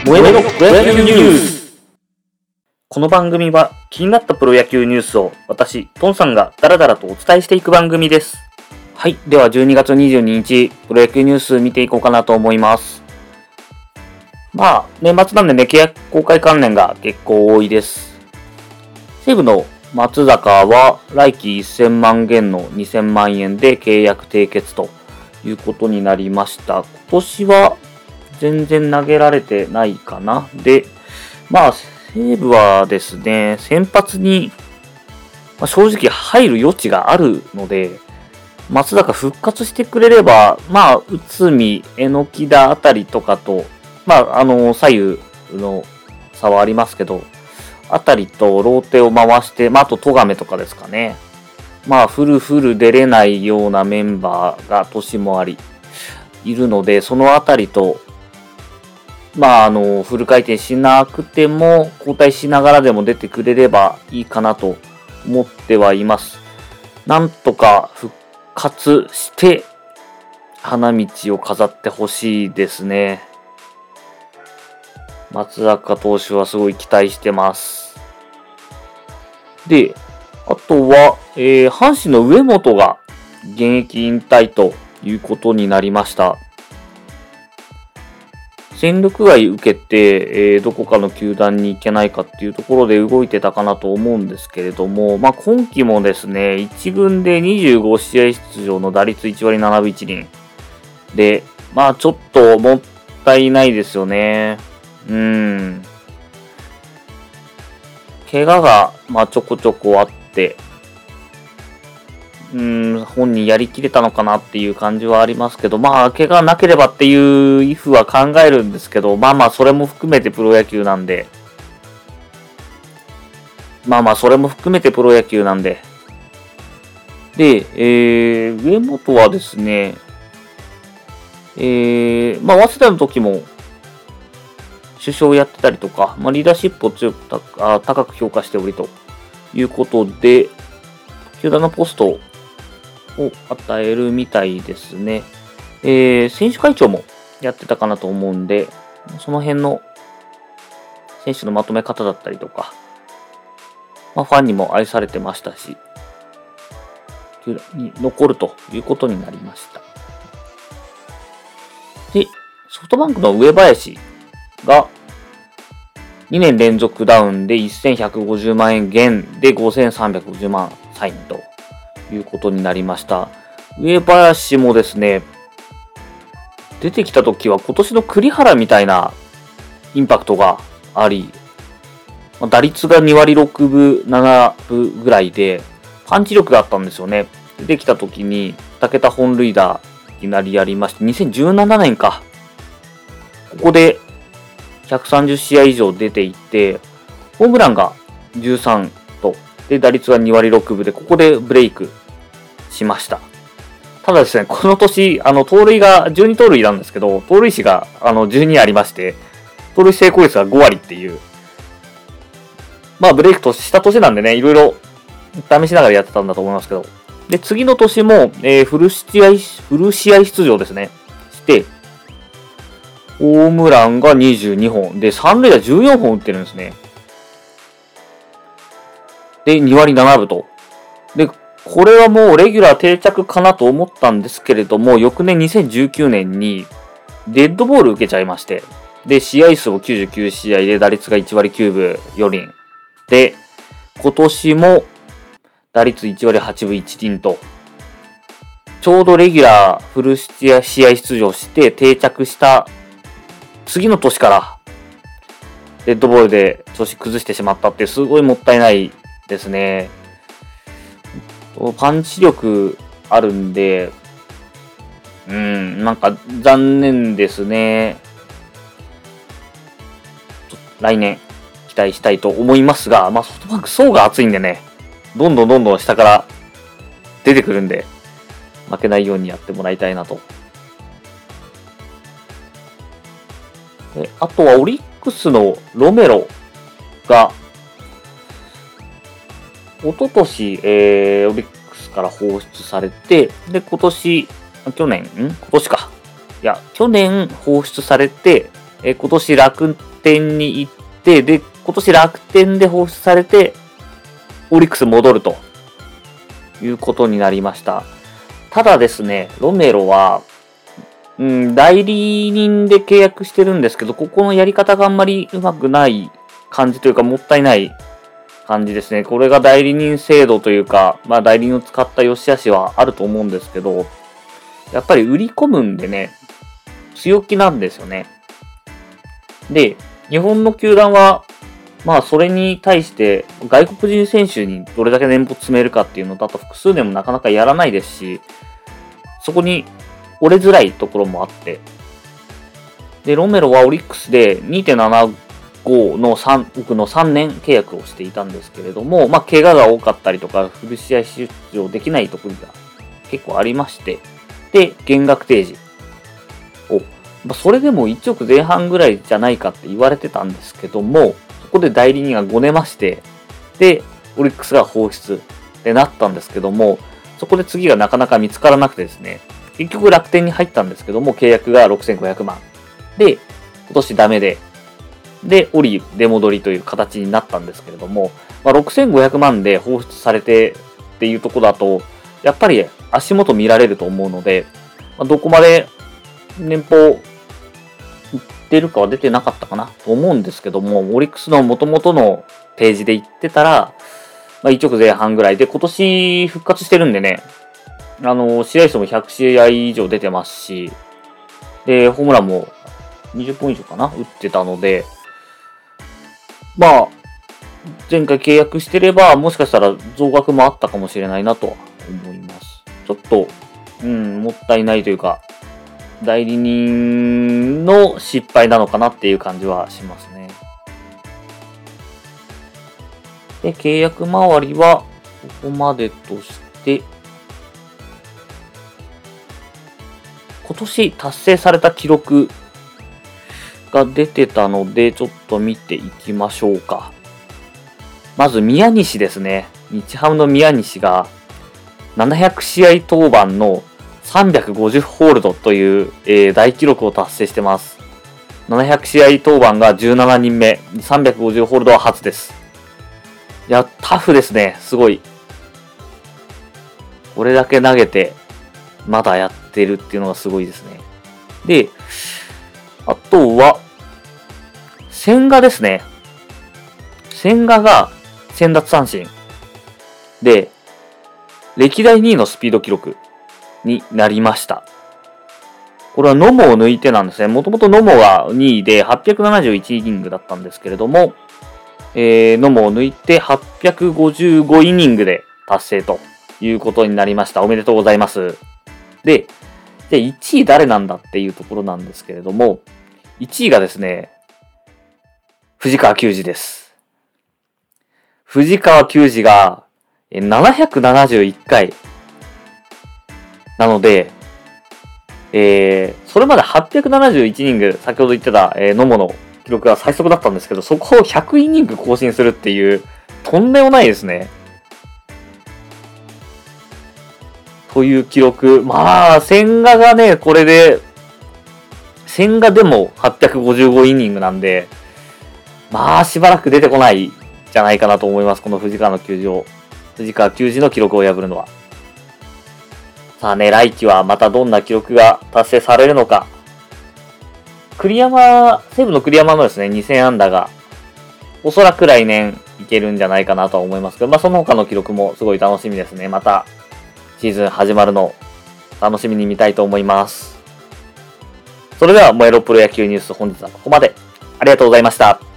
燃えろプロ野球ニュース。この番組は気になったプロ野球ニュースを私、トンさんがダラダラとお伝えしていく番組です。はい、では12月22日、プロ野球ニュース見ていこうかなと思います。年末なんでね、契約更改関連が結構多いです。西武の松坂は来季1000万元の2000万円で契約締結ということになりました。今年は全然投げられてないかな。で、西武はですね、先発に、正直入る余地があるので、松坂復活してくれれば、内海、榎田あたりとかと、左右の差はありますけど、あたりとローテを回して、あと戸亀とかですかね。フル出れないようなメンバーが年もあり、いるので、そのあたりと、フル回転しなくても、交代しながらでも出てくれればいいかなと思ってはいます。なんとか復活して、花道を飾ってほしいですね。松坂投手はすごい期待してます。で、あとは、阪神の上本が現役引退ということになりました。戦力外受けて、どこかの球団に行けないかっていうところで動いてたかなと思うんですけれども、今季もですね、1軍で25試合出場の打率1割7分1厘。で、ちょっともったいないですよね。怪我が、ちょこちょこあって、本人やりきれたのかなっていう感じはありますけど、怪我なければっていうイフは考えるんですけど、それも含めてプロ野球なんで、それも含めてプロ野球なんで。で、上本はですね、早稲田の時も、主将をやってたりとか、リーダーシップを高く評価しておりということで、球団のポストを与えるみたいですね。選手会長もやってたかなと思うんで、その辺の選手のまとめ方だったりとか、ファンにも愛されてましたし、球団に残るということになりました。で、ソフトバンクの上林が2年連続ダウンで1150万円減で5350万サインということになりました。上林もですね、出てきた時は今年の栗原みたいなインパクトがあり、打率が2割6分7分ぐらいでパンチ力があったんですよね。出てきた時に2桁本塁打いきなりやりまして、2017年か。ここで130試合以上出ていて、ホームランが13と、で、打率は2割6分で、ここでブレイクしました。ただですね、この年、盗塁が12盗塁なんですけど、盗塁士が12ありまして、盗塁成功率が5割っていう、ブレイクとした年なんでね、いろいろ試しながらやってたんだと思いますけど、で、次の年も、フル試合出場ですね、して、ホームランが22本。で、三塁打14本打ってるんですね。で、2割7分と。で、これはもうレギュラー定着かなと思ったんですけれども、翌年2019年にデッドボール受けちゃいまして。で、試合数も99試合で打率が1割9分4厘。で、今年も打率1割8分1厘と、ちょうどレギュラーフル試合出場して定着した次の年からデッドボールで調子崩してしまったってすごいもったいないですね。パンチ力あるんで、残念ですね。来年期待したいと思いますが、ソフトバンク層が厚いんでね、どんどん下から出てくるんで、負けないようにやってもらいたいなと。あとはオリックスのロメロが、一昨年、オリックスから放出されて、で、去年放出されて、 今年楽天に行って、で、今年楽天で放出されて、オリックス戻るということになりました。ただですね、ロメロは、代理人で契約してるんですけど、ここのやり方があんまりうまくない感じというか、もったいない感じですね。これが代理人制度というか、代理人を使った良し悪しはあると思うんですけど、やっぱり売り込むんでね、強気なんですよね。で、日本の球団は、それに対して外国人選手にどれだけ年俸詰めるかっていうのだと複数年もなかなかやらないですし、そこに折れづらいところもあって、で、ロメロはオリックスで 2.75 の3億の3年契約をしていたんですけれども、怪我が多かったりとか、フル試合出場できないところが結構ありまして、で、減額提示を、それでも1億前半ぐらいじゃないかって言われてたんですけども、そこで代理人がごねまして、で、オリックスが放出ってなったんですけども、そこで次がなかなか見つからなくてですね、結局楽天に入ったんですけども、契約が6500万。で、今年ダメで、オリ出戻りという形になったんですけれども、6500万で放出されてっていうところだと、やっぱり足元見られると思うので、どこまで年俸出るかは出てなかったかなと思うんですけども、オリックスの元々の提示で言ってたら、1億前半ぐらいで、今年復活してるんでね、試合数も100試合以上出てますし、で、ホームランも20本以上かな打ってたので、前回契約してれば、もしかしたら増額もあったかもしれないなとは思います。ちょっと、もったいないというか、代理人の失敗なのかなっていう感じはしますね。で、契約周りは、ここまでとして、今年達成された記録が出てたので、ちょっと見ていきましょうか。まず宮西ですね。日ハムの宮西が700試合登板の350ホールドという、大記録を達成してます。700試合登板が17人目、350ホールドは初です。いや、タフですね。すごい。これだけ投げて、まだやってるっていうのがすごいですね。で、あとは、千賀ですね。千賀が1000奪三振。で、歴代2位のスピード記録になりました。これは野茂を抜いてなんですね。もともと野茂が2位で871イニングだったんですけれども、野茂を抜いて855イニングで達成ということになりました。おめでとうございます。で、1位誰なんだっていうところなんですけれども、1位がですね、藤川球児です。藤川球児が771回。なので、それまで871イニング、先ほど言ってた、野茂の記録が最速だったんですけど、そこを100イニング更新するっていう、とんでもないですね。という記録。千賀がね、これで、千賀でも855イニングなんで、しばらく出てこないじゃないかなと思います。この藤川球児の記録を破るのは。さあね、来季はまたどんな記録が達成されるのか。西武の栗山のですね、2000安打が、おそらく来年いけるんじゃないかなとは思いますけど、その他の記録もすごい楽しみですね。また、シーズン始まるの、楽しみに見たいと思います。それでは、燃えろプロ野球ニュース、本日はここまで。ありがとうございました。